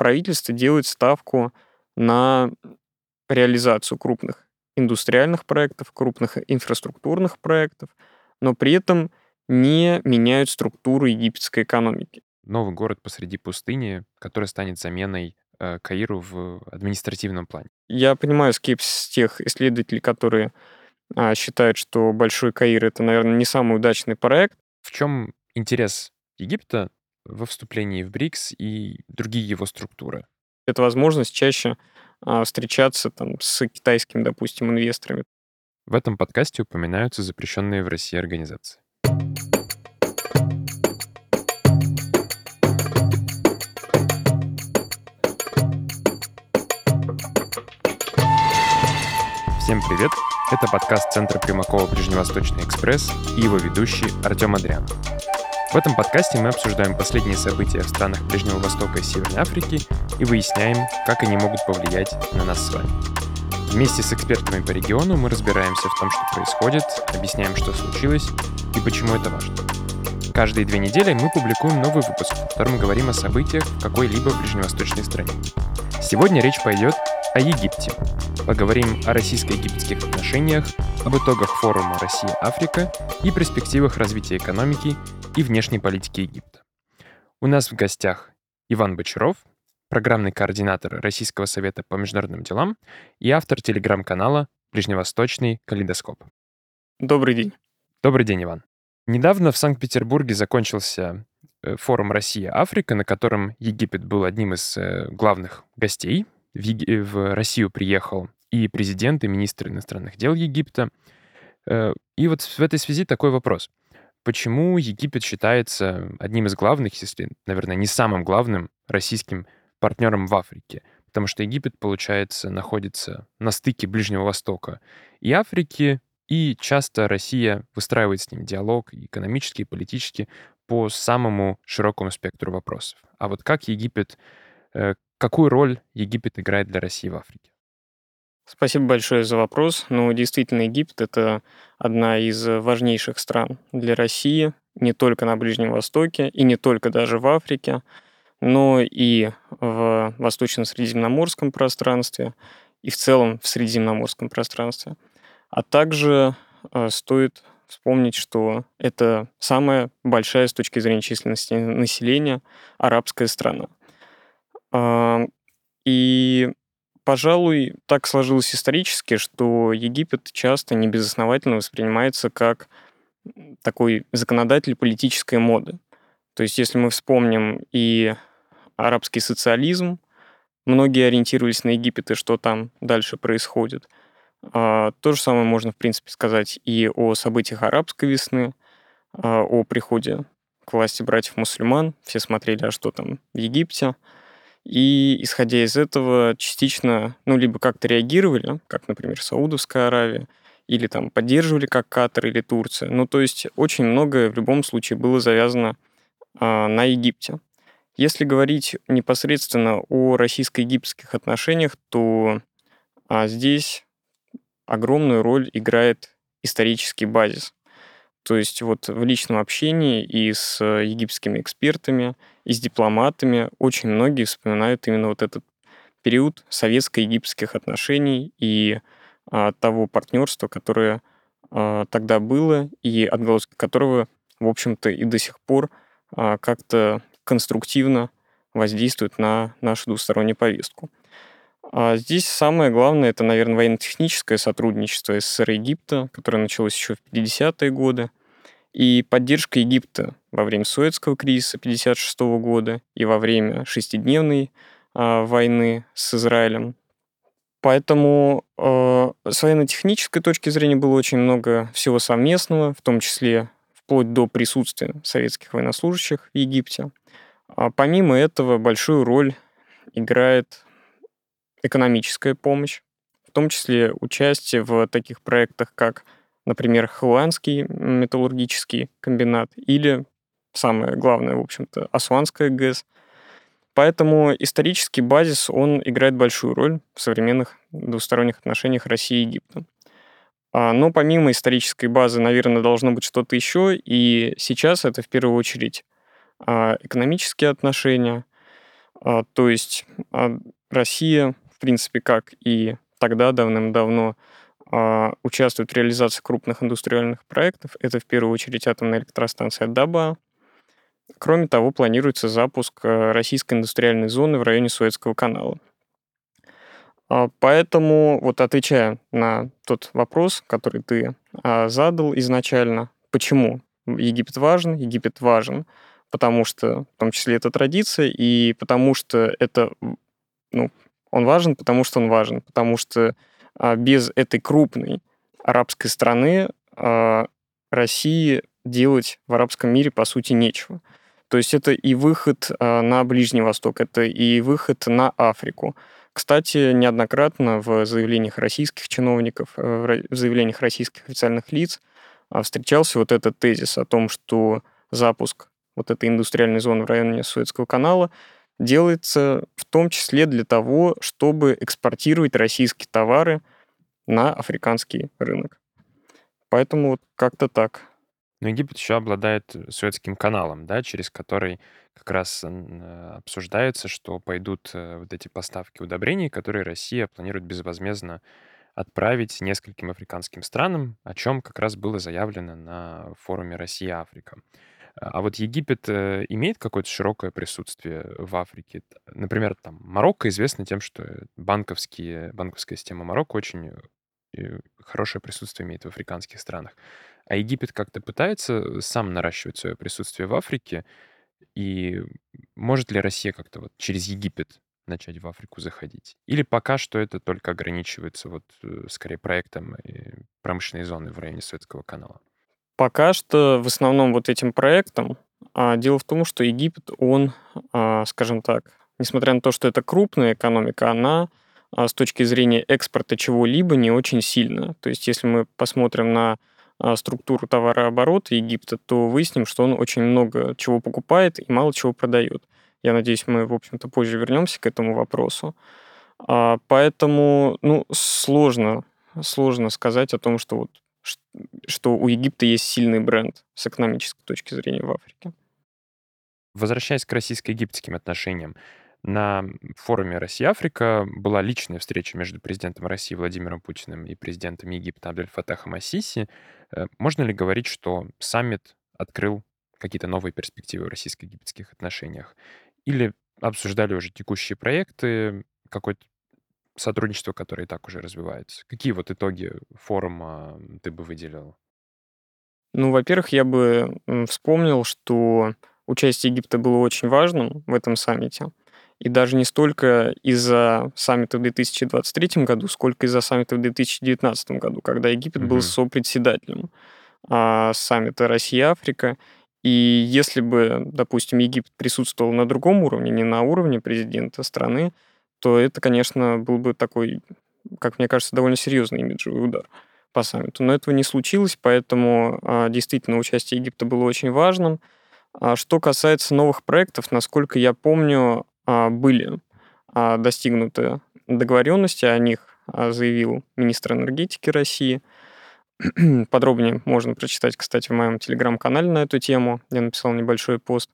правительство делает ставку на реализацию крупных индустриальных проектов, крупных инфраструктурных проектов, но при этом не меняют структуру египетской экономики. Новый город посреди пустыни, который станет заменой Каиру в административном плане. Я понимаю скепсис тех исследователей, которые считают, что Большой Каир — это, наверное, не самый удачный проект. В чем интерес Египта во вступлении в БРИКС и другие его структуры? Это возможность чаще встречаться там, с китайскими, допустим, инвесторами. В этом подкасте упоминаются запрещенные в России организации. Всем привет! Это подкаст Центра Примакова «Ближневосточный экспресс» и его ведущий Артем Адрянов. В этом подкасте мы обсуждаем последние события в странах Ближнего Востока и Северной Африки и выясняем, как они могут повлиять на нас с вами. Вместе с экспертами по региону мы разбираемся в том, что происходит, объясняем, что случилось и почему это важно. Каждые 2 недели мы публикуем новый выпуск, в котором говорим о событиях в какой-либо ближневосточной стране. Сегодня речь пойдет о Египте. Поговорим о российско-египетских отношениях, об итогах форума «Россия-Африка» и перспективах развития экономики и внешней политики Египта. У нас в гостях Иван Бочаров, программный координатор Российского совета по международным делам и автор телеграм-канала «Ближневосточный калейдоскоп». Добрый день. Добрый день, Иван. Недавно в Санкт-Петербурге закончился форум «Россия-Африка», на котором Египет был одним из главных гостей. В Россию приехал и президент, и министр иностранных дел Египта. И вот в этой связи такой вопрос. Почему Египет считается одним из главных, если, наверное, не самым главным российским партнером в Африке? Потому что Египет, получается, находится на стыке Ближнего Востока и Африки, и часто Россия выстраивает с ним диалог и экономически, и политически по самому широкому спектру вопросов. А вот какую роль Египет играет для России в Африке? Спасибо большое за вопрос. Ну, действительно, Египет — это одна из важнейших стран для России, не только на Ближнем Востоке и не только даже в Африке, но и в Восточно-Средиземноморском пространстве и в целом в Средиземноморском пространстве. А также стоит вспомнить, что это самая большая с точки зрения численности населения арабская страна. И, пожалуй, так сложилось исторически, что Египет часто небезосновательно воспринимается как такой законодатель политической моды. То есть, если мы вспомним и арабский социализм, многие ориентировались на Египет и что там дальше происходит. То же самое можно, в принципе, сказать и о событиях арабской весны, о приходе к власти братьев-мусульман. Все смотрели, а что там в Египте. И, исходя из этого, частично, либо как-то реагировали, как, например, Саудовская Аравия, или там поддерживали, как Катар или Турция. То есть очень многое в любом случае было завязано на Египте. Если говорить непосредственно о российско-египетских отношениях, то здесь огромную роль играет исторический базис. То есть вот в личном общении и с египетскими экспертами, и с дипломатами очень многие вспоминают именно вот этот период советско-египетских отношений и того партнерства, которое тогда было, и отголоски которого, в общем-то, и до сих пор как-то конструктивно воздействует на нашу двустороннюю повестку. Здесь самое главное — это, наверное, военно-техническое сотрудничество СССР и Египта, которое началось еще в 50-е годы, и поддержка Египта во время Суэцкого кризиса 1956 года и во время шестидневной войны с Израилем. Поэтому с военно-технической точки зрения было очень много всего совместного, в том числе вплоть до присутствия советских военнослужащих в Египте. Помимо этого, большую роль играет экономическая помощь, в том числе участие в таких проектах, как, например, Хауанский металлургический комбинат или, самое главное, в общем-то, Асуанская ГЭС. Поэтому исторический базис, он играет большую роль в современных двусторонних отношениях России и Египта. Но помимо исторической базы, наверное, должно быть что-то еще, и сейчас это в первую очередь экономические отношения. То есть а, Россия, в принципе, как и тогда давным-давно, участвует в реализации крупных индустриальных проектов. Это в первую очередь атомная электростанция Даба. Кроме того, планируется запуск российской индустриальной зоны в районе Суэцкого канала. Поэтому, вот отвечая на тот вопрос, который ты задал изначально, почему Египет важен? Египет важен, потому что, в том числе, это традиция, и потому что это, ну, он важен, потому что без этой крупной арабской страны России делать в арабском мире, по сути, нечего. То есть это и выход на Ближний Восток, это и выход на Африку. Кстати, неоднократно в заявлениях российских чиновников, в заявлениях российских официальных лиц встречался вот этот тезис о том, что запуск вот этой индустриальной зоны в районе Суэцкого канала делается в том числе для того, чтобы экспортировать российские товары на африканский рынок. Поэтому вот как-то так. Но Египет еще обладает Суэцким каналом, да, через который как раз обсуждается, что пойдут вот эти поставки удобрений, которые Россия планирует безвозмездно отправить нескольким африканским странам, о чем как раз было заявлено на форуме «Россия-Африка». А вот Египет имеет какое-то широкое присутствие в Африке? Например, там Марокко известно тем, что банковская система Марокко очень хорошее присутствие имеет в африканских странах. А Египет как-то пытается сам наращивать свое присутствие в Африке? И может ли Россия как-то вот через Египет начать в Африку заходить? Или пока что это только ограничивается вот скорее проектом промышленной зоны в районе Суэцкого канала? Пока что в основном вот этим проектом. Дело в том, что Египет, он, скажем так, несмотря на то, что это крупная экономика, она с точки зрения экспорта чего-либо не очень сильная. То есть если мы посмотрим на структуру товарооборота Египта, то выясним, что он очень много чего покупает и мало чего продает. Я надеюсь, мы, в общем-то, позже вернемся к этому вопросу. Поэтому, ну, сложно сказать о том, что вот ш- что у Египта есть сильный бренд с экономической точки зрения в Африке. Возвращаясь к российско-египетским отношениям, на форуме «Россия-Африка» была личная встреча между президентом России Владимиром Путиным и президентом Египта Абдель-Фаттахом ас-Сиси. Можно ли говорить, что саммит открыл какие-то новые перспективы в российско-египетских отношениях? Или обсуждали уже текущие проекты, какое-то сотрудничество, которое и так уже развивается? Какие вот итоги форума ты бы выделил? Ну, во-первых, я бы вспомнил, что участие Египта было очень важным в этом саммите. И даже не столько из-за саммита в 2023 году, сколько из-за саммита в 2019 году, когда Египет был Мгм. сопредседателем саммита Россия-Африка. И если бы, допустим, Египет присутствовал на другом уровне, не на уровне президента страны, то это, конечно, был бы такой, как мне кажется, довольно серьезный имиджевый удар по саммиту. Но этого не случилось, поэтому действительно участие Египта было очень важным. Что касается новых проектов, насколько я помню, были достигнуты договоренности, о них заявил министр энергетики России. Подробнее можно прочитать, кстати, в моем телеграм-канале на эту тему. Я написал небольшой пост.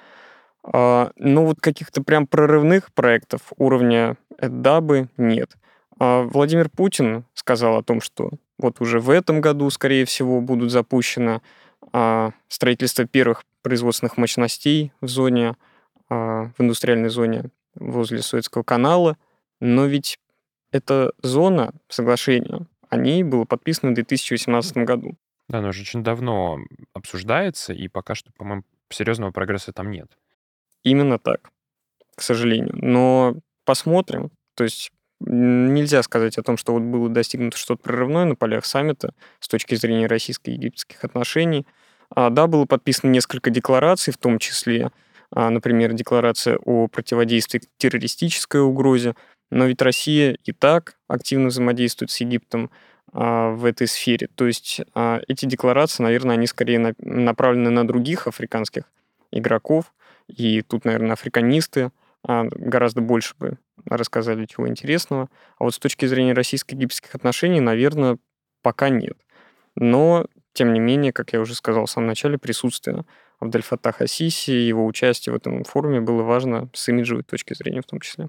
Но вот каких-то прям прорывных проектов уровня Эддабы нет. Владимир Путин сказал о том, что вот уже в этом году, скорее всего, будут запущено строительство первых производственных мощностей в зоне, в индустриальной зоне возле Суэцкого канала. Но ведь эта зона, соглашение, о ней было подписано в 2018 году. Да, оно уже очень давно обсуждается, и пока что, по-моему, серьезного прогресса там нет. Именно так, к сожалению. Но посмотрим. То есть нельзя сказать о том, что вот было достигнуто что-то прорывное на полях саммита с точки зрения российско-египетских отношений. Да, было подписано несколько деклараций, в том числе, например, декларация о противодействии террористической угрозе, но ведь Россия и так активно взаимодействует с Египтом в этой сфере. То есть эти декларации, наверное, они скорее направлены на других африканских игроков, и тут, наверное, африканисты гораздо больше бы рассказали чего интересного. А вот с точки зрения российско-египетских отношений, наверное, пока нет. Но, тем не менее, как я уже сказал в самом начале, присутствие Абдель-Фаттаха ас-Сиси, его участие в этом форуме было важно с имиджевой точки зрения в том числе.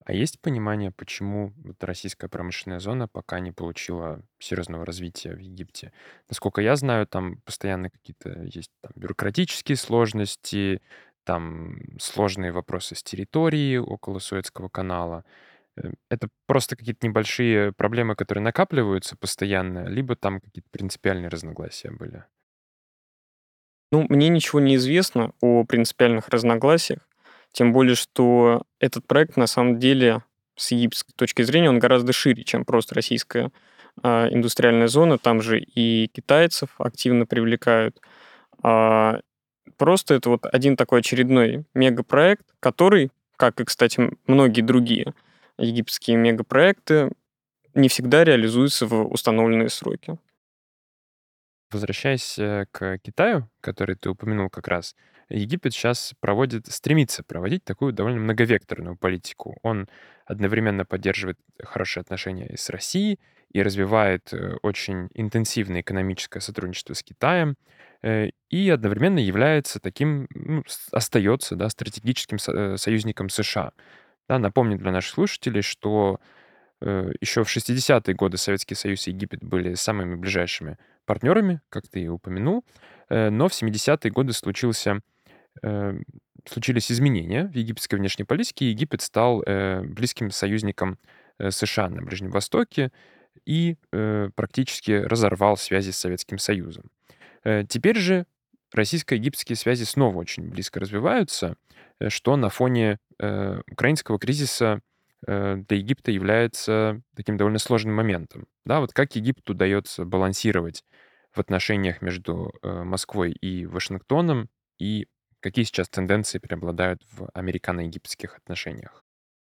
А есть понимание, почему вот российская промышленная зона пока не получила серьезного развития в Египте? Насколько я знаю, там постоянно какие-то есть там бюрократические сложности, там сложные вопросы с территорией около Суэцкого канала. Это просто какие-то небольшие проблемы, которые накапливаются постоянно, либо там какие-то принципиальные разногласия были? Ну, мне ничего не известно о принципиальных разногласиях, тем более, что этот проект на самом деле с египетской точки зрения он гораздо шире, чем просто российская индустриальная зона. Там же и китайцев активно привлекают. А, Просто это вот один такой очередной мегапроект, который, как и, кстати, многие другие египетские мегапроекты, не всегда реализуются в установленные сроки. Возвращаясь к Китаю, который ты упомянул как раз, Египет сейчас стремится проводить такую довольно многовекторную политику. Он одновременно поддерживает хорошие отношения и с Россией, и развивает очень интенсивное экономическое сотрудничество с Китаем, и одновременно является таким, ну, остается, да, стратегическим союзником США. Да, напомню для наших слушателей, что еще в 60-е годы Советский Союз и Египет были самыми ближайшими партнерами, как ты и упомянул, но в 70-е годы э, случились изменения в египетской внешней политике, и Египет стал близким союзником США на Ближнем Востоке и практически разорвал связи с Советским Союзом. Теперь же российско-египетские связи снова очень близко развиваются, что на фоне украинского кризиса для Египта является таким довольно сложным моментом. Да, вот как Египту удается балансировать в отношениях между Москвой и Вашингтоном, и какие сейчас тенденции преобладают в американо-египетских отношениях?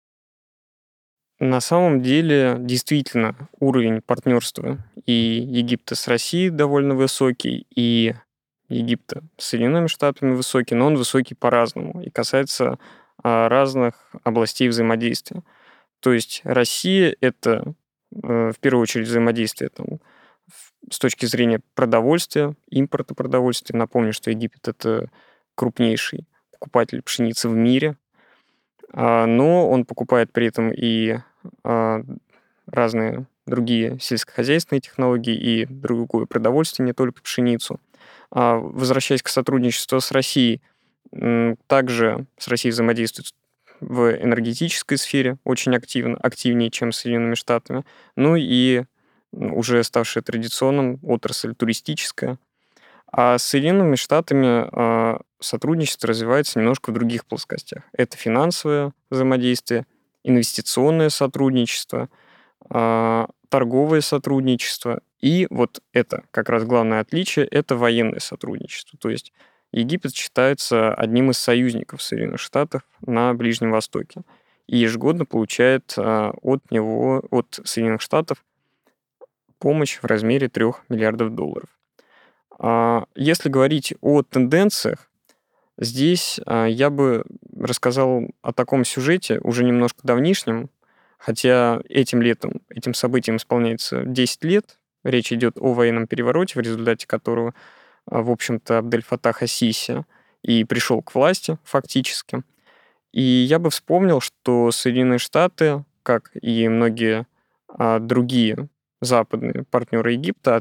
На самом деле, действительно, уровень партнерства и Египта с Россией довольно высокий, и Египта с Соединенными Штатами высокий, но он высокий по-разному и касается разных областей взаимодействия. То есть Россия — это в первую очередь взаимодействие там, с точки зрения продовольствия, импорта продовольствия. Напомню, что Египет — это крупнейший покупатель пшеницы в мире, но он покупает при этом и а, разные другие сельскохозяйственные технологии и другое продовольствие, не только пшеницу. Возвращаясь к сотрудничеству с Россией, также с Россией взаимодействует в энергетической сфере очень активно, активнее, чем с Соединенными Штатами. Ну и уже ставшая традиционным отрасль туристическая. А с Соединенными Штатами сотрудничество развивается немножко в других плоскостях. Это финансовое взаимодействие, инвестиционное сотрудничество, торговое сотрудничество. И вот это как раз главное отличие — это военное сотрудничество. То есть Египет считается одним из союзников Соединенных Штатов на Ближнем Востоке и ежегодно получает от Соединенных Штатов помощь в размере $3 миллиардов. Если говорить о тенденциях, здесь я бы рассказал о таком сюжете, уже немножко давнишнем, хотя этим летом этим событием исполняется 10 лет. Речь идет о военном перевороте, в результате которого, в общем-то, Абдель-Фаттах ас-Сиси и пришел к власти фактически. И я бы вспомнил, что Соединенные Штаты, как и многие другие западные партнеры Египта,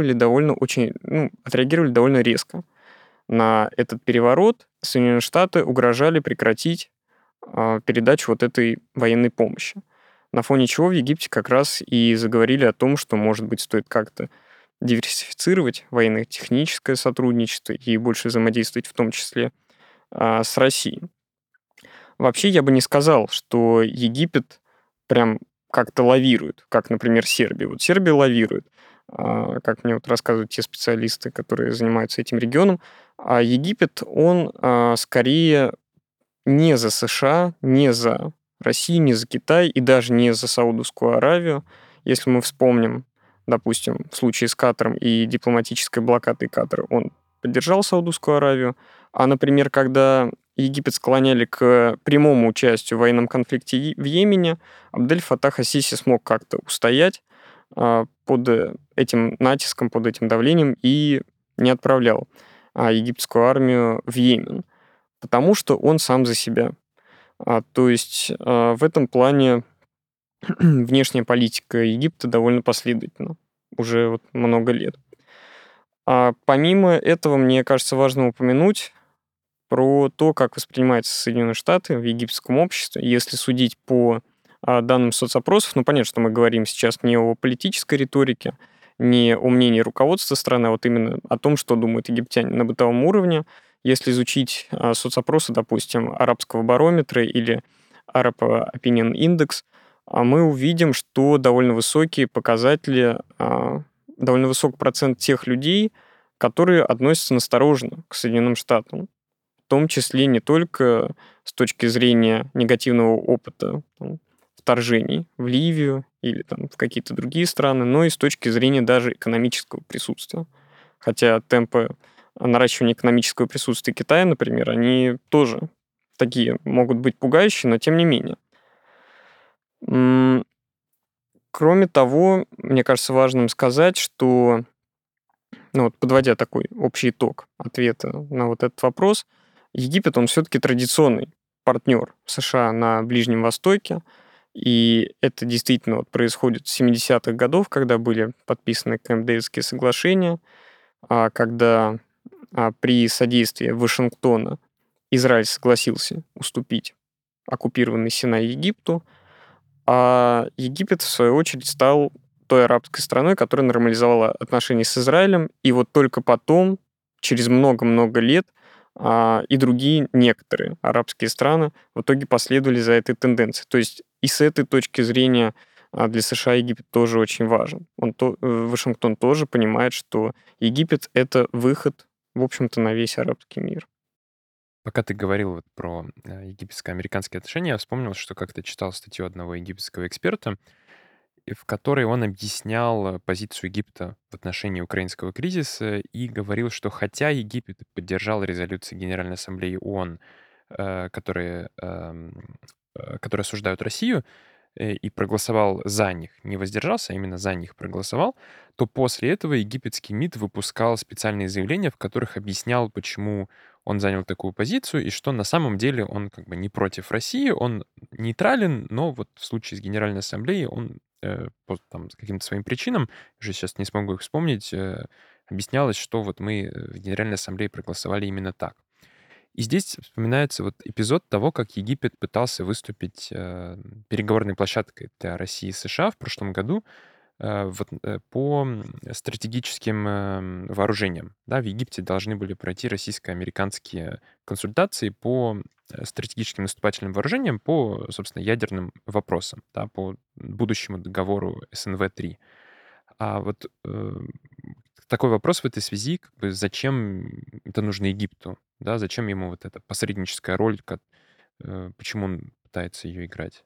отреагировали довольно резко на этот переворот. Соединенные Штаты угрожали прекратить передачу вот этой военной помощи. На фоне чего в Египте как раз и заговорили о том, что, может быть, стоит как-то диверсифицировать военно-техническое сотрудничество и больше взаимодействовать в том числе с Россией. Вообще, я бы не сказал, что Египет прям как-то лавирует, как, например, Сербия. Вот Сербия лавирует, как мне вот рассказывают те специалисты, которые занимаются этим регионом. А Египет, он скорее не за США, не за Россию, не за Китай и даже не за Саудовскую Аравию. Если мы вспомним, допустим, в случае с Катаром и дипломатической блокадой Катара, он поддержал Саудовскую Аравию. А, например, когда Египет склоняли к прямому участию в военном конфликте в Йемене, Абдель-Фаттах ас-Сиси смог как-то устоять под этим натиском, под этим давлением и не отправлял египетскую армию в Йемен, потому что он сам за себя. То есть в этом плане внешняя политика Египта довольно последовательна уже вот много лет. Помимо этого, мне кажется, важно упомянуть про то, как воспринимаются Соединенные Штаты в египетском обществе. Если судить по данным соцопросов, ну, понятно, что мы говорим сейчас не о политической риторике, не о мнении руководства страны, а вот именно о том, что думают египтяне на бытовом уровне. Если изучить соцопросы, допустим, арабского барометра или Arab Opinion Index, мы увидим, что довольно высокие показатели, довольно высокий процент тех людей, которые относятся настороженно к Соединенным Штатам, в том числе не только с точки зрения негативного опыта вторжений в Ливию или там, в какие-то другие страны, но и с точки зрения даже экономического присутствия. Хотя темпы наращивания экономического присутствия Китая, например, они тоже такие могут быть пугающие, но тем не менее. Кроме того, мне кажется важным сказать, что, ну вот подводя такой общий итог ответа на вот этот вопрос, Египет, он все-таки традиционный партнер США на Ближнем Востоке, и это действительно вот происходит с 70-х годов, когда были подписаны Кэмп-Дэвидские соглашения, когда при содействии Вашингтона Израиль согласился уступить оккупированный Синай Египту, а Египет, в свою очередь, стал той арабской страной, которая нормализовала отношения с Израилем, и вот только потом, через много-много лет, и другие некоторые арабские страны в итоге последовали за этой тенденцией. То есть и с этой точки зрения для США Египет тоже очень важен. Вашингтон тоже понимает, что Египет — это выход, в общем-то, на весь арабский мир. Пока ты говорил вот про египетско-американские отношения, я вспомнил, что как-то читал статью одного египетского эксперта, и в которой он объяснял позицию Египта в отношении украинского кризиса и говорил, что хотя Египет поддержал резолюции Генеральной Ассамблеи ООН, которые осуждают Россию, и проголосовал за них, не воздержался, а именно за них проголосовал, то после этого египетский МИД выпускал специальные заявления, в которых объяснял, почему он занял такую позицию, и что на самом деле он как бы не против России, он нейтрален, но вот в случае с Генеральной Ассамблеей он по там, с каким-то своим причинам, уже сейчас не смогу их вспомнить, объяснялось, что вот мы в Генеральной Ассамблее проголосовали именно так. И здесь вспоминается вот эпизод того, как Египет пытался выступить переговорной площадкой для России и США в прошлом году по стратегическим вооружениям. Да, в Египте должны были пройти российско-американские консультации по стратегическим наступательным вооружениям, по, собственно, ядерным вопросам, да, по будущему договору СНВ-3. А вот такой вопрос в этой связи, как бы зачем это нужно Египту, да, зачем ему вот эта посредническая роль, почему он пытается ее играть?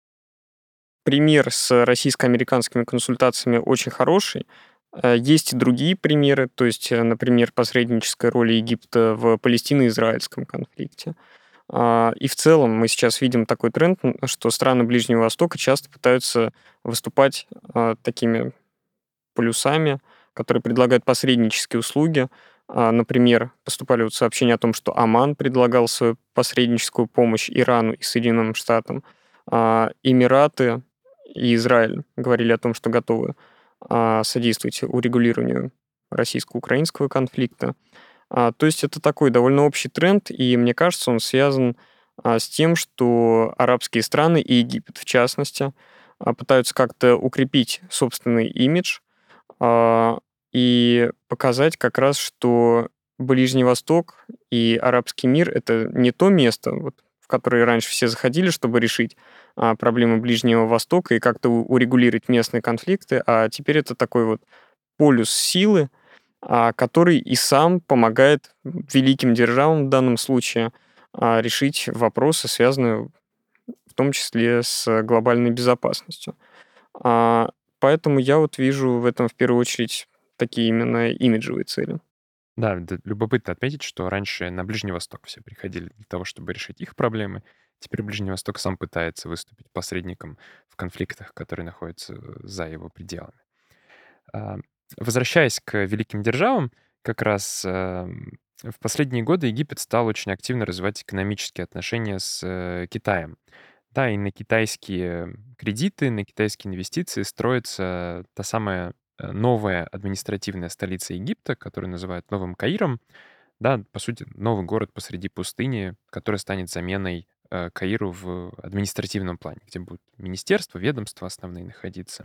Пример с российско-американскими консультациями очень хороший. Есть и другие примеры, то есть, например, посредническая роль Египта в палестино-израильском конфликте. И в целом мы сейчас видим такой тренд, что страны Ближнего Востока часто пытаются выступать такими полюсами, которые предлагают посреднические услуги. Например, поступали вот сообщения о том, что Оман предлагал свою посредническую помощь Ирану и Соединенным Штатам. Эмираты и Израиль говорили о том, что готовы содействовать урегулированию российско-украинского конфликта. То есть это такой довольно общий тренд, и мне кажется, он связан с тем, что арабские страны и Египет, в частности, пытаются как-то укрепить собственный имидж, а, и показать как раз, что Ближний Восток и арабский мир — это не то место, вот, в которое раньше все заходили, чтобы решить проблемы Ближнего Востока и как-то урегулировать местные конфликты, а теперь это такой вот полюс силы, который и сам помогает великим державам в данном случае решить вопросы, связанные в том числе с глобальной безопасностью. А, Поэтому я вот вижу в этом в первую очередь такие именно имиджевые цели. Да, любопытно отметить, что раньше на Ближний Восток все приходили для того, чтобы решить их проблемы. Теперь Ближний Восток сам пытается выступить посредником в конфликтах, которые находятся за его пределами. А, Возвращаясь к великим державам, как раз В последние годы Египет стал очень активно развивать экономические отношения с Китаем. Да, и на китайские кредиты, на китайские инвестиции строится та самая новая административная столица Египта, которую называют Новым Каиром. Да, по сути, новый город посреди пустыни, который станет заменой Каиру в административном плане, где будут министерства, ведомства основные находиться.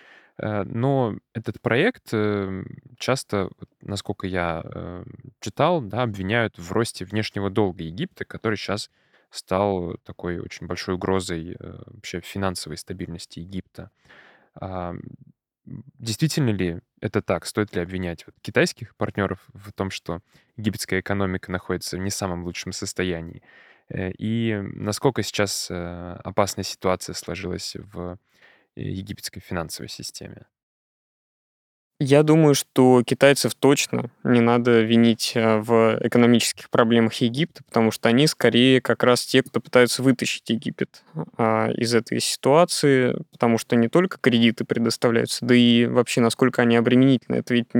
Но этот проект часто, вот насколько я читал, да, обвиняют в росте внешнего долга Египта, который сейчас стал такой очень большой угрозой вообще финансовой стабильности Египта. А, Действительно ли это так? Стоит ли обвинять вот китайских партнеров в том, что египетская экономика находится в не самом лучшем состоянии? И насколько сейчас опасная ситуация сложилась в египетской финансовой системе? Я думаю, что китайцев точно не надо винить в экономических проблемах Египта, потому что они скорее как раз те, кто пытаются вытащить Египет из этой ситуации, потому что не только кредиты предоставляются, да и вообще насколько они обременительны. Это ведь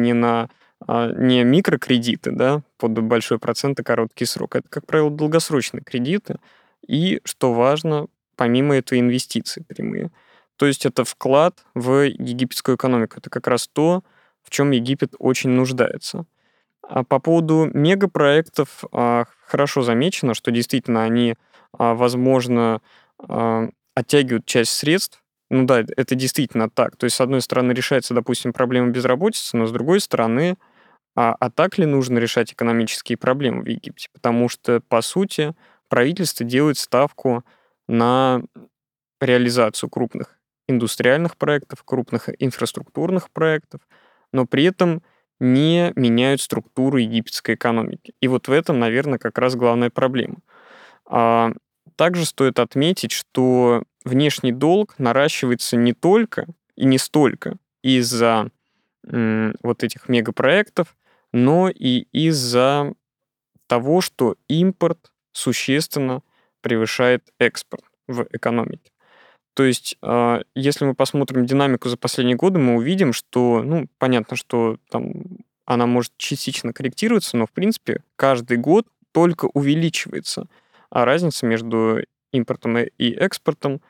не микрокредиты, да, под большой процент и короткий срок. Это, как правило, долгосрочные кредиты. И, что важно, помимо этого инвестиции прямые. То есть это вклад в египетскую экономику. Это как раз то, в чем Египет очень нуждается. А по поводу мегапроектов хорошо замечено, что действительно они, возможно, оттягивают часть средств. Ну да, это действительно так. То есть, с одной стороны, решается, допустим, проблема безработицы, но с другой стороны, так ли нужно решать экономические проблемы в Египте? Потому что, по сути, правительство делает ставку на реализацию крупных индустриальных проектов, крупных инфраструктурных проектов, но при этом не меняют структуру египетской экономики. И вот в этом, наверное, как раз главная проблема. А Также стоит отметить, что внешний долг наращивается не только и не столько из-за вот этих мегапроектов, но и из-за того, что импорт существенно превышает экспорт в экономике. То есть, если мы посмотрим динамику за последние годы, мы увидим, что, ну, понятно, что там она может частично корректироваться, но, в принципе, каждый год только увеличивается разница между импортом и экспортом.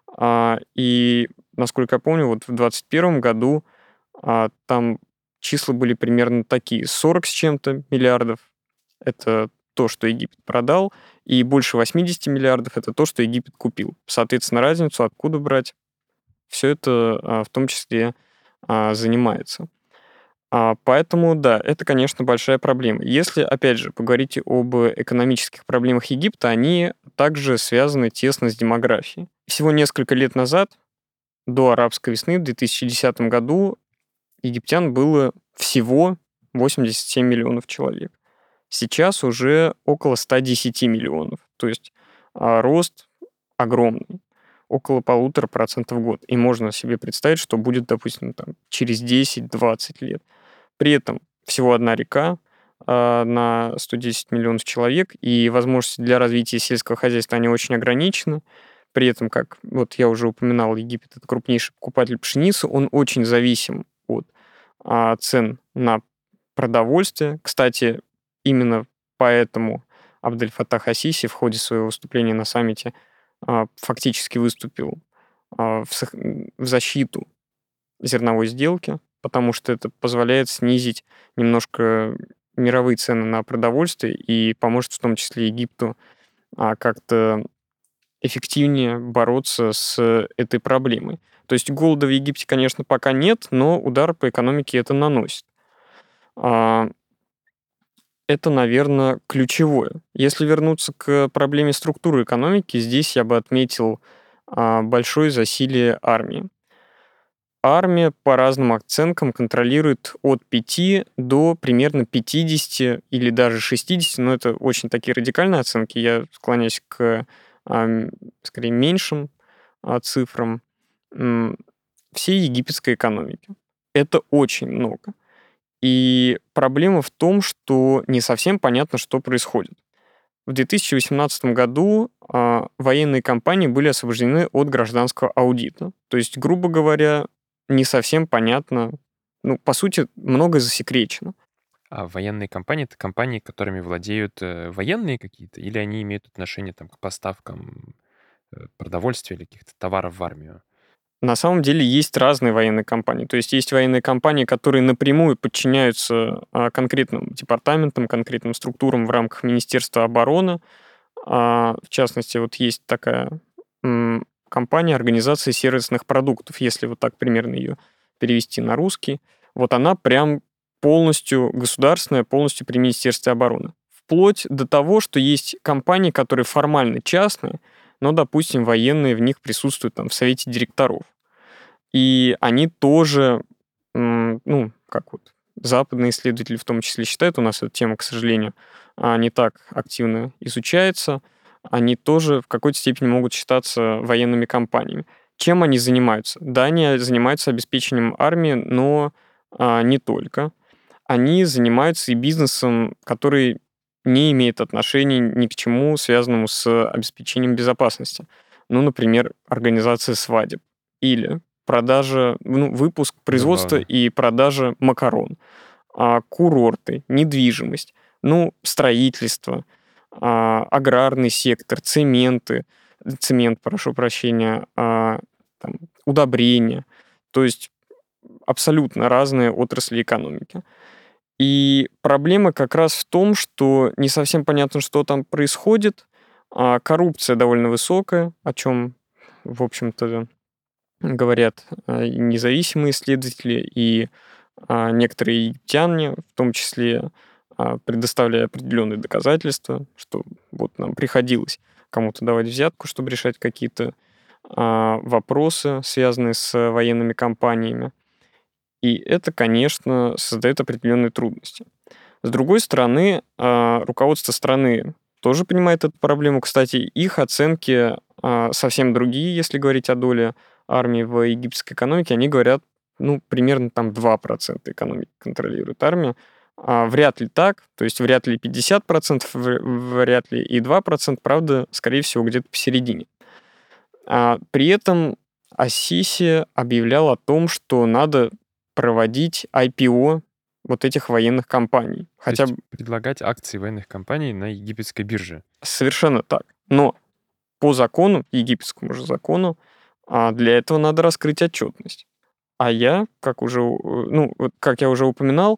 И, насколько я помню, вот в 2021 году там числа были примерно такие: 40 с чем-то миллиардов — это то, что Египет продал, и больше 80 миллиардов — это то, что Египет купил. Соответственно, разницу откуда брать? Все это в том числе занимается. Поэтому, да, это, конечно, большая проблема. Если, опять же, поговорить об экономических проблемах Египта, они также связаны тесно с демографией. Всего несколько лет назад, до арабской весны, в 2010 году, египтян было всего 87 миллионов человек. Сейчас уже около 110 миллионов. То есть рост огромный, около 1,5% в год. И можно себе представить, что будет, допустим, там, через 10-20 лет. При этом всего одна река на 110 миллионов человек, и возможности для развития сельского хозяйства, они очень ограничены. При этом, как вот я уже упоминал, Египет — это крупнейший покупатель пшеницы, он очень зависим от цен на продовольствие. Кстати, именно поэтому Абдель-Фаттах ас-Сиси в ходе своего выступления на саммите фактически выступил в защиту зерновой сделки, потому что это позволяет снизить немножко мировые цены на продовольствие и поможет в том числе Египту как-то эффективнее бороться с этой проблемой. То есть голода в Египте, конечно, пока нет, но удар по экономике это наносит. А, Это, наверное, ключевое. Если вернуться к проблеме структуры экономики, здесь я бы отметил большое засилие армии. Армия по разным оценкам контролирует от 5 до примерно 50 или даже 60, но это очень такие радикальные оценки. Я склоняюсь к скорее меньшим цифрам всей египетской экономики. Это очень много. И проблема в том, что не совсем понятно, что происходит. В 2018 году военные компании были освобождены от гражданского аудита. То есть, грубо говоря, не совсем понятно, ну, по сути, многое засекречено. А военные компании — это компании, которыми владеют военные какие-то, или они имеют отношение там, к поставкам продовольствия или каких-то товаров в армию? На самом деле есть разные военные компании. То есть есть военные компании, которые напрямую подчиняются конкретным департаментам, конкретным структурам в рамках Министерства обороны. В частности, вот есть такая компания организации сервисных продуктов, если вот так примерно ее перевести на русский. Вот она прям полностью государственная, полностью при Министерстве обороны. Вплоть до того, что есть компании, которые формально частные, но, допустим, военные в них присутствуют там в совете директоров. И они тоже, ну, как вот западные исследователи в том числе считают, у нас эта тема, к сожалению, не так активно изучается, они тоже в какой-то степени могут считаться военными компаниями. Чем они занимаются? Да, они занимаются обеспечением армии, но не только. Они занимаются и бизнесом, который не имеет отношения ни к чему, связанному с обеспечением безопасности. Ну, например, организация свадеб или продажа, ну, выпуск, производство Забавно. и продажа макарон, курорты, недвижимость, ну, строительство, аграрный сектор, цемент, прошу прощения, там, удобрения. То есть абсолютно разные отрасли экономики. И проблема как раз в том, что не совсем понятно, что там происходит, коррупция довольно высокая, о чем, в общем-то, говорят и независимые исследователи, и некоторые египтяне, в том числе предоставляя определенные доказательства, что вот нам приходилось кому-то давать взятку, чтобы решать какие-то вопросы, связанные с военными компаниями. И это, конечно, создает определенные трудности. С другой стороны, руководство страны тоже понимает эту проблему. Кстати, их оценки совсем другие, если говорить о доле армии в египетской экономике. Они говорят, ну, примерно там 2% экономики контролирует армия. Вряд ли так, то есть вряд ли 50%, вряд ли и 2%, правда, скорее всего, где-то посередине. При этом Ассиси объявлял о том, что надо проводить IPO вот этих военных компаний. То Хотя есть бы предлагать акции военных компаний на египетской бирже. совершенно так. Но по закону, египетскому же закону, для этого надо раскрыть отчетность. А я, как уже, ну, вот как я уже упоминал,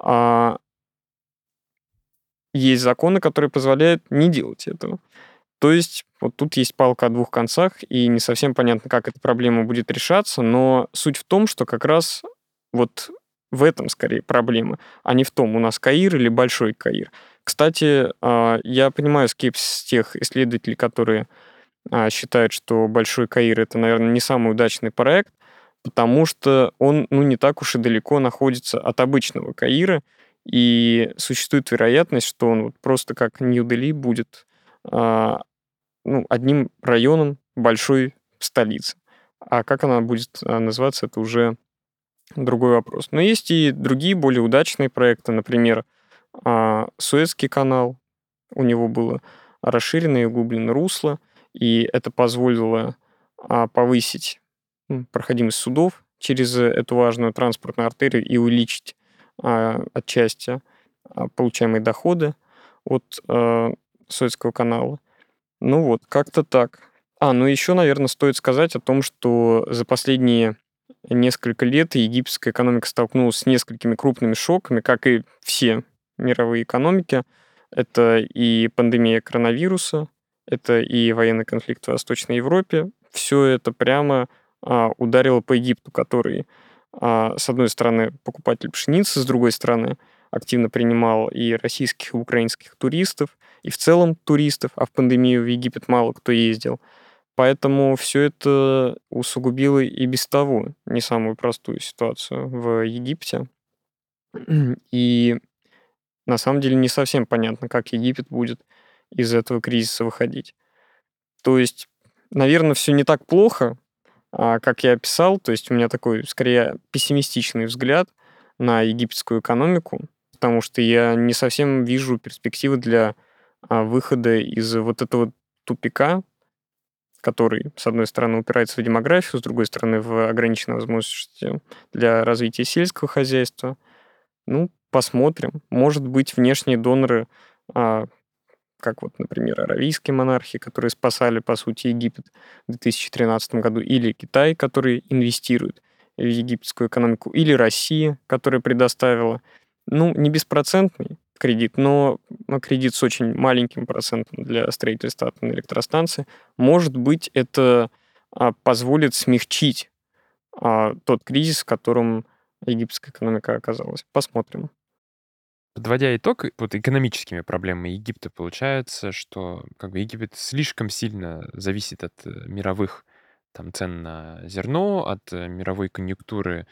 есть законы, которые позволяют не делать этого. То есть вот тут есть палка о двух концах, и не совсем понятно, как эта проблема будет решаться, но суть в том, что как раз вот в этом скорее проблема, а не в том, у нас Каир или Большой Каир. Кстати, я понимаю скепсис тех исследователей, которые считают, что Большой Каир — это, наверное, не самый удачный проект, потому что он, ну, не так уж и далеко находится от обычного Каира, и существует вероятность, что он вот просто как Нью-Дели будет а, ну, одним районом большой столицы. А как она будет называться, это уже другой вопрос. Но есть и другие более удачные проекты, например, Суэцкий канал. У него было расширено и углублено русло, и это позволило повысить проходимость судов через эту важную транспортную артерию и увеличить отчасти получаемые доходы от Суэцкого канала. Ну вот, как-то так. Ну еще, наверное, стоит сказать о том, что за последние несколько лет египетская экономика столкнулась с несколькими крупными шоками, как и все мировые экономики. Это и пандемия коронавируса, это и военный конфликт в Восточной Европе. Все это прямо ударило по Египту, который, с одной стороны, покупатель пшеницы, с другой стороны, активно принимал и российских, и украинских туристов, и в целом туристов, а в пандемию в Египет мало кто ездил. Поэтому все это усугубило и без того не самую простую ситуацию в Египте. И на самом деле не совсем понятно, как Египет будет из этого кризиса выходить. То есть, наверное, все не так плохо, как я описал. То есть у меня такой, скорее, пессимистичный взгляд на египетскую экономику, потому что я не совсем вижу перспективы для выхода из вот этого тупика, который, с одной стороны, упирается в демографию, с другой стороны, в ограниченные возможности для развития сельского хозяйства. Ну, посмотрим. Может быть, внешние доноры, а, как вот, например, аравийские монархи, которые спасали, по сути, Египет в 2013 году, или Китай, который инвестирует в египетскую экономику, или Россия, которая предоставила, ну, не беспроцентный кредит, но кредит с очень маленьким процентом для строительства атомной электростанции. Может быть, это позволит смягчить тот кризис, в котором египетская экономика оказалась. Посмотрим. Подводя итог, вот экономическими проблемами Египта получается, что как бы Египет слишком сильно зависит от мировых там, цен на зерно, от мировой конъюнктуры,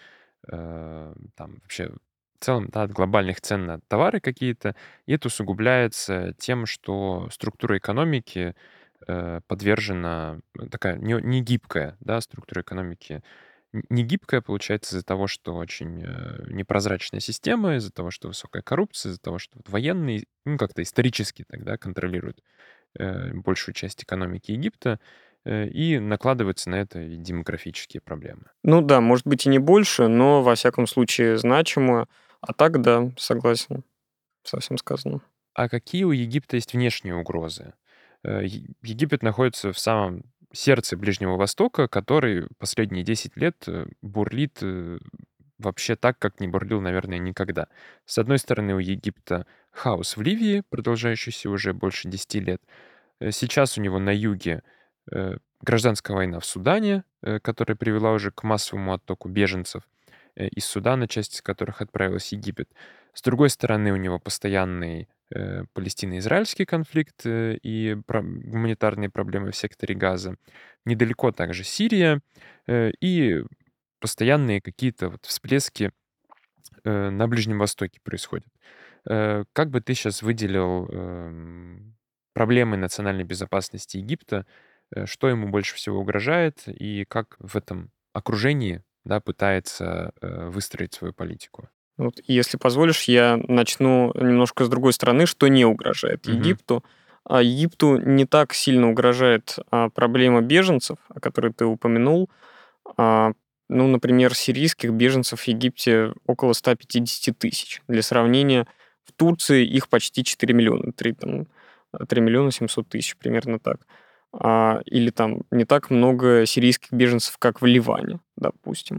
там вообще в целом, да, от глобальных цен на товары какие-то. И это усугубляется тем, что структура экономики подвержена, такая не гибкая, да, структура экономики не гибкая получается из-за того, что очень непрозрачная система, из-за того, что высокая коррупция, из-за того, что вот военные, ну, как-то исторически тогда контролируют большую часть экономики Египта, и накладываются на это и демографические проблемы. Ну да, может быть и не больше, но во всяком случае значимо. А так, да, согласен со всем сказанным. А какие у Египта есть внешние угрозы? Египет находится в самом сердце Ближнего Востока, который последние 10 лет бурлит вообще так, как не бурлил, наверное, никогда. С одной стороны, у Египта хаос в Ливии, продолжающийся уже больше 10 лет. Сейчас у него на юге гражданская война в Судане, которая привела уже к массовому оттоку беженцев из Судана, часть из которых отправилась в Египет. С другой стороны, у него постоянный палестино-израильский конфликт и гуманитарные проблемы в секторе Газа. Недалеко также Сирия и постоянные какие-то вот всплески на Ближнем Востоке происходят. Как бы ты сейчас выделил проблемы национальной безопасности Египта, что ему больше всего угрожает и как в этом окружении, да, пытается выстроить свою политику? Вот, если позволишь, я начну немножко с другой стороны, что не угрожает Мгм. Египту. А Египту не так сильно угрожает проблема беженцев, о которой ты упомянул. А, ну, например, сирийских беженцев в Египте около 150 тысяч. Для сравнения, в Турции их почти 4 миллиона, 3 миллиона 700 тысяч, примерно так. Или там не так много сирийских беженцев, как в Ливане, допустим.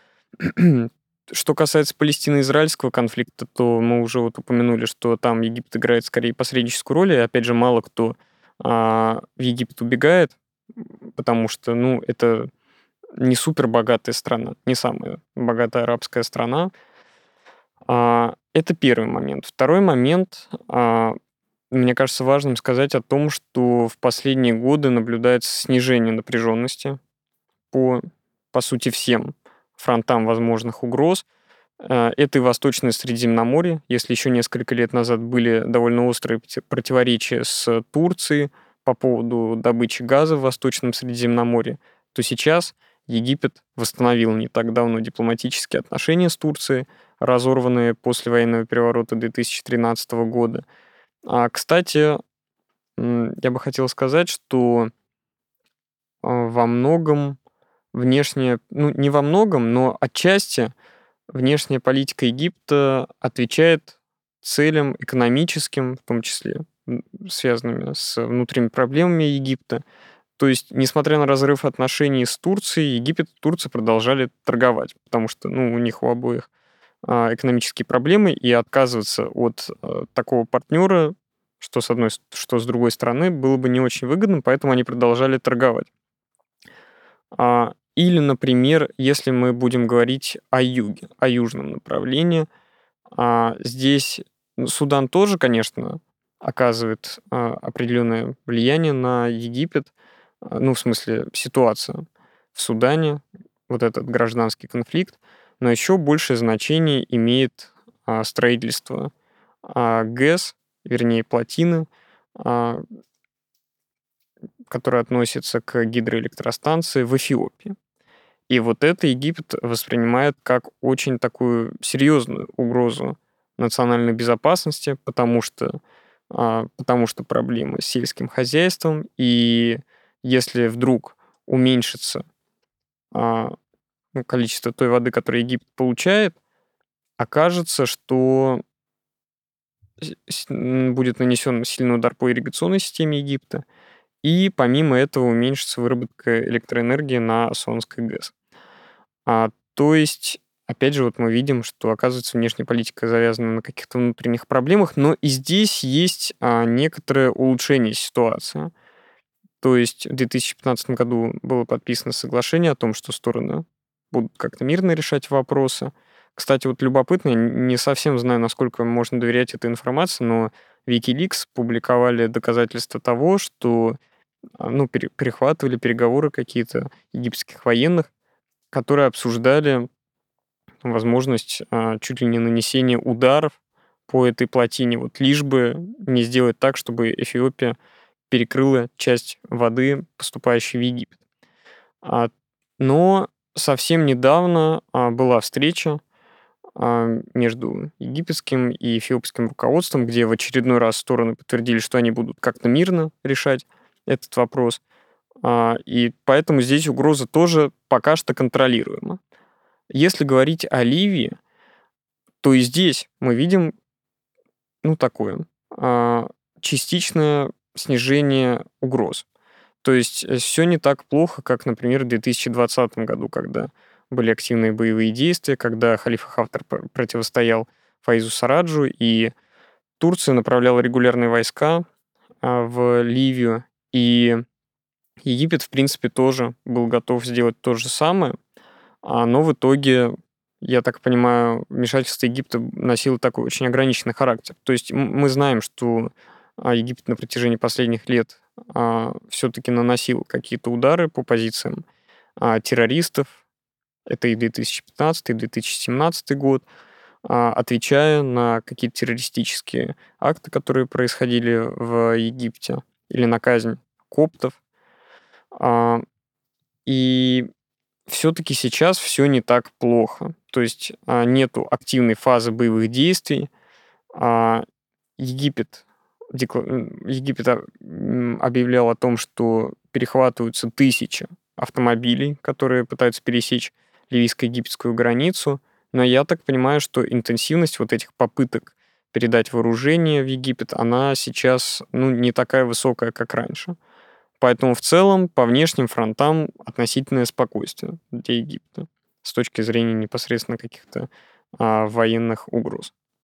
Что касается палестино-израильского конфликта, то мы уже вот упомянули, что там Египет играет скорее посредническую роль, и опять же мало кто в Египет убегает, потому что, ну, это не супер богатая страна, не самая богатая арабская страна. Это первый момент. Второй момент, мне кажется важным сказать о том, что в последние годы наблюдается снижение напряженности по, по сути, всем фронтам возможных угроз. Это и Восточное Средиземноморье. Если еще несколько лет назад были довольно острые противоречия с Турцией по поводу добычи газа в Восточном Средиземноморье, то сейчас Египет восстановил не так давно дипломатические отношения с Турцией, разорванные после военного переворота 2013 года. Кстати, я бы хотел сказать, что во многом внешняя, ну не во многом, но отчасти внешняя политика Египта отвечает целям экономическим, в том числе связанными с внутренними проблемами Египта. То есть, несмотря на разрыв отношений с Турцией, Египет и Турция продолжали торговать, потому что ну, у них у обоих экономические проблемы, и отказываться от такого партнера, что с другой стороны, было бы не очень выгодно, поэтому они продолжали торговать. Или, например, если мы будем говорить о юге, о южном направлении, здесь Судан тоже, конечно, оказывает определенное влияние на Египет, ну, в смысле, ситуация в Судане, вот этот гражданский конфликт, но еще большее значение имеет строительство ГЭС, вернее, плотины, а, которая относится к гидроэлектростанции в Эфиопии. И вот это Египет воспринимает как очень такую серьезную угрозу национальной безопасности, потому что проблемы с сельским хозяйством, и если вдруг уменьшится а, количество той воды, которую Египет получает, окажется, что будет нанесен сильный удар по ирригационной системе Египта, и помимо этого уменьшится выработка электроэнергии на Суанской ГЭС. То есть, опять же, вот мы видим, что, оказывается, внешняя политика завязана на каких-то внутренних проблемах, но и здесь есть некоторое улучшение ситуации. То есть в 2015 году было подписано соглашение о том, что стороны будут как-то мирно решать вопросы. Кстати, вот любопытно, не совсем знаю, насколько можно доверять этой информации, но Wikileaks публиковали доказательства того, что перехватывали переговоры какие-то египетских военных, которые обсуждали возможность чуть ли не нанесения ударов по этой плотине, вот лишь бы не сделать так, чтобы Эфиопия перекрыла часть воды, поступающей в Египет. А, Но совсем недавно была встреча между египетским и эфиопским руководством, где в очередной раз стороны подтвердили, что они будут как-то мирно решать этот вопрос. И поэтому здесь угроза тоже пока что контролируема. Если говорить о Ливии, то и здесь мы видим, такое частичное снижение угроз. То есть все не так плохо, как, например, в 2020 году, когда были активные боевые действия, когда Халифа Хафтар противостоял Фаизу Сараджу, и Турция направляла регулярные войска в Ливию, и Египет, в принципе, тоже был готов сделать то же самое, но в итоге, я так понимаю, вмешательство Египта носило такой очень ограниченный характер. То есть мы знаем, что Египет на протяжении последних лет все-таки наносил какие-то удары по позициям террористов. Это и 2015, и 2017 год, отвечая на какие-то террористические акты, которые происходили в Египте, или на казнь коптов. А, И все-таки сейчас все не так плохо. То есть нету активной фазы боевых действий. А, Египет, Египет объявлял о том, что перехватываются тысячи автомобилей, которые пытаются пересечь ливийско-египетскую границу. Но я так понимаю, что интенсивность вот этих попыток передать вооружение в Египет, она сейчас не такая высокая, как раньше. Поэтому в целом по внешним фронтам относительное спокойствие для Египта с точки зрения непосредственно каких-то военных угроз.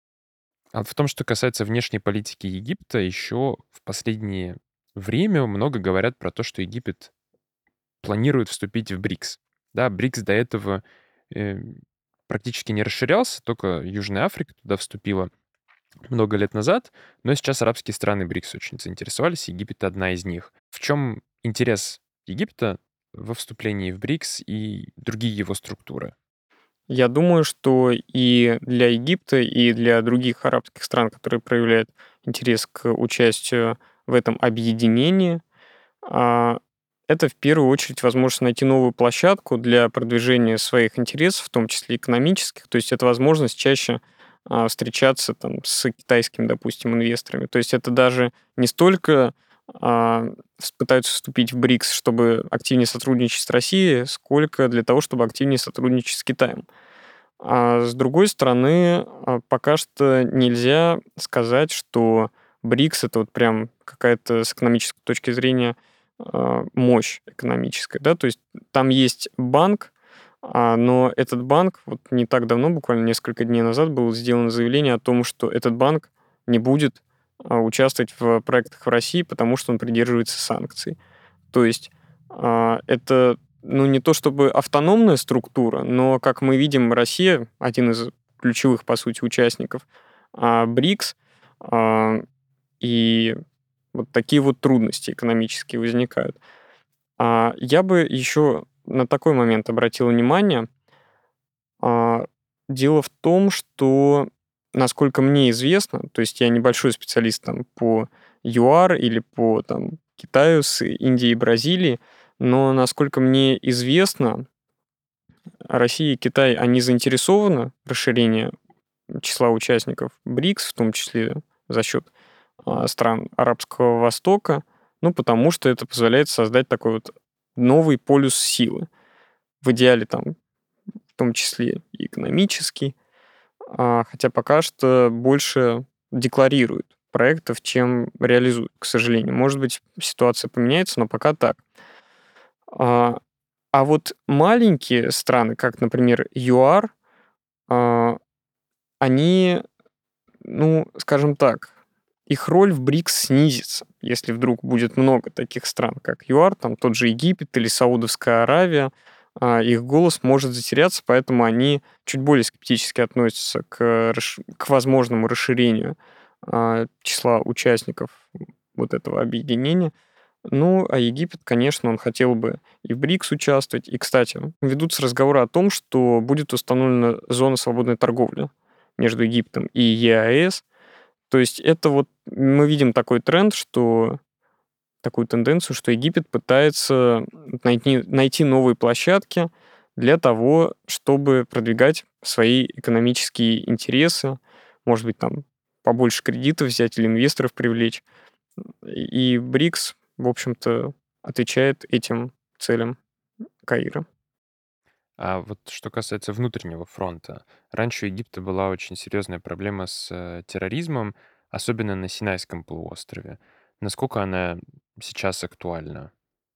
А в том, что касается внешней политики Египта, еще в последнее время много говорят про то, что Египет планирует вступить в БРИКС. Да, БРИКС до этого э, практически не расширялся, только Южная Африка туда вступила много лет назад, но сейчас арабские страны БРИКС очень заинтересовались, Египет одна из них. В чем интерес Египта во вступлении в БРИКС и другие его структуры? Я думаю, что и для Египта, и для других арабских стран, которые проявляют интерес к участию в этом объединении, а, это в первую очередь возможность найти новую площадку для продвижения своих интересов, в том числе экономических. То есть это возможность чаще встречаться там, с китайскими, допустим, инвесторами. То есть это даже не столько пытаются вступить в БРИКС, чтобы активнее сотрудничать с Россией, сколько для того, чтобы активнее сотрудничать с Китаем. А с другой стороны, пока что нельзя сказать, что БРИКС это вот прям какая-то с экономической точки зрения мощь экономическая, да, то есть там есть банк, но этот банк, вот не так давно, буквально несколько дней назад, было сделано заявление о том, что этот банк не будет участвовать в проектах в России, потому что он придерживается санкций. То есть это, не то чтобы автономная структура, но, как мы видим, Россия, один из ключевых, по сути, участников БРИКС, а, и вот такие вот трудности экономические возникают. Я бы еще на такой момент обратил внимание. А, Дело в том, что, насколько мне известно, то есть я небольшой специалист там по ЮАР или по там, Китаю с Индией и Бразилией, но, насколько мне известно, Россия и Китай, они заинтересованы в расширении числа участников БРИКС, в том числе за счет стран Арабского Востока, потому что это позволяет создать такой вот новый полюс силы. В идеале там в том числе и экономический, хотя пока что больше декларируют проектов, чем реализуют, к сожалению. Может быть, ситуация поменяется, но пока так. А, а вот маленькие страны, как, например, ЮАР, а, они, ну, скажем так, их роль в БРИКС снизится, если вдруг будет много таких стран, как ЮАР, там тот же Египет или Саудовская Аравия, их голос может затеряться, поэтому они чуть более скептически относятся к возможному расширению числа участников вот этого объединения. Ну, а Египет, конечно, он хотел бы и в БРИКС участвовать. И, кстати, ведутся разговоры о том, что будет установлена зона свободной торговли между Египтом и ЕАЭС. То есть это вот мы видим такой тренд, что такую тенденцию, что Египет пытается найти новые площадки для того, чтобы продвигать свои экономические интересы, может быть, там побольше кредитов взять или инвесторов привлечь. И БРИКС, в общем-то, отвечает этим целям Каира. А вот что касается внутреннего фронта, раньше у Египта была очень серьезная проблема с терроризмом, особенно на Синайском полуострове. Насколько она сейчас актуальна?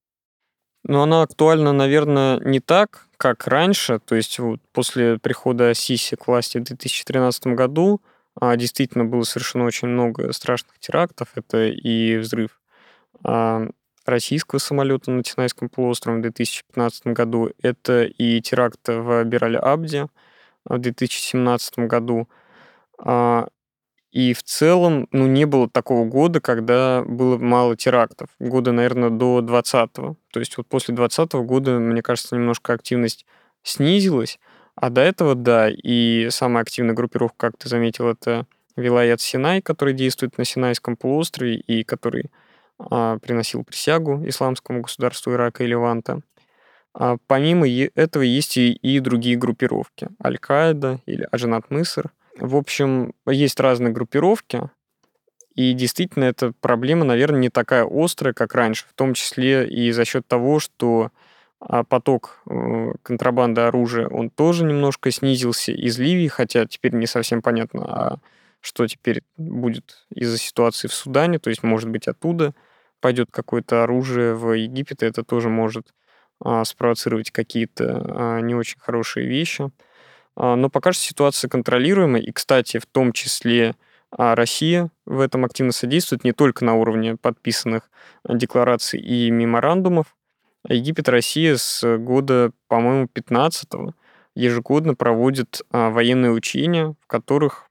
Но она актуальна, наверное, не так, как раньше. То есть вот после прихода Сиси к власти в 2013 году действительно было совершено очень много страшных терактов. Это и взрыв а, российского самолета на Синайском полуострове в 2015 году, это и теракт в Бир-аль-Абде в 2017 году. А, И в целом, ну, не было такого года, когда было мало терактов. Года, наверное, до 2020. То есть вот после 2020 года, мне кажется, немножко активность снизилась, а до этого, да, и самая активная группировка, как ты заметил, это Вилаят Синай, который действует на Синайском полуострове и который приносил присягу исламскому государству Ирака и Леванта. Помимо этого есть и другие группировки. Аль-Каида или Аджанат Мыср. В общем, есть разные группировки, и действительно эта проблема, наверное, не такая острая, как раньше, в том числе и за счет того, что поток контрабанды оружия, он тоже немножко снизился из Ливии, хотя теперь не совсем понятно, что теперь будет из-за ситуации в Судане, то есть, может быть, оттуда пойдет какое-то оружие в Египет, и это тоже может спровоцировать какие-то не очень хорошие вещи. Но пока что ситуация контролируемая, и, кстати, в том числе Россия в этом активно содействует не только на уровне подписанных деклараций и меморандумов. Египет и Россия с года, по-моему, 15-го ежегодно проводят военные учения, в которых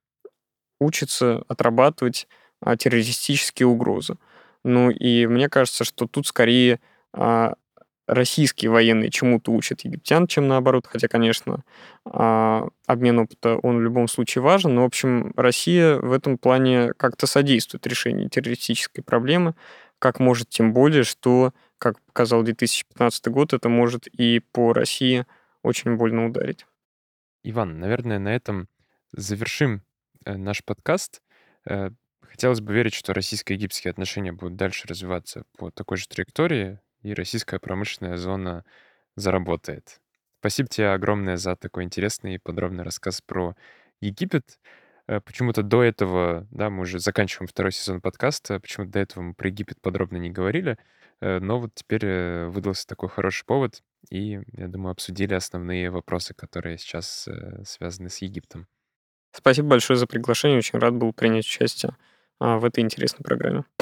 учатся отрабатывать террористические угрозы. Ну и мне кажется, что тут скорее а, российские военные чему-то учат египтян, чем наоборот. Хотя, конечно, обмен опыта, он в любом случае важен. Но, в общем, Россия в этом плане как-то содействует решению террористической проблемы, как может, тем более, что, как показал 2015 год, это может и по России очень больно ударить. Иван, наверное, на этом завершим наш подкаст. Э, Хотелось бы верить, что российско-египетские отношения будут дальше развиваться по такой же траектории, и российская промышленная зона заработает. Спасибо тебе огромное за такой интересный и подробный рассказ про Египет. Почему-то до этого, да, мы уже заканчиваем второй сезон подкаста, почему-то до этого мы про Египет подробно не говорили, но вот теперь выдался такой хороший повод, и, я думаю, обсудили основные вопросы, которые сейчас связаны с Египтом. Спасибо большое за приглашение. Очень рад был принять участие в этой интересной программе.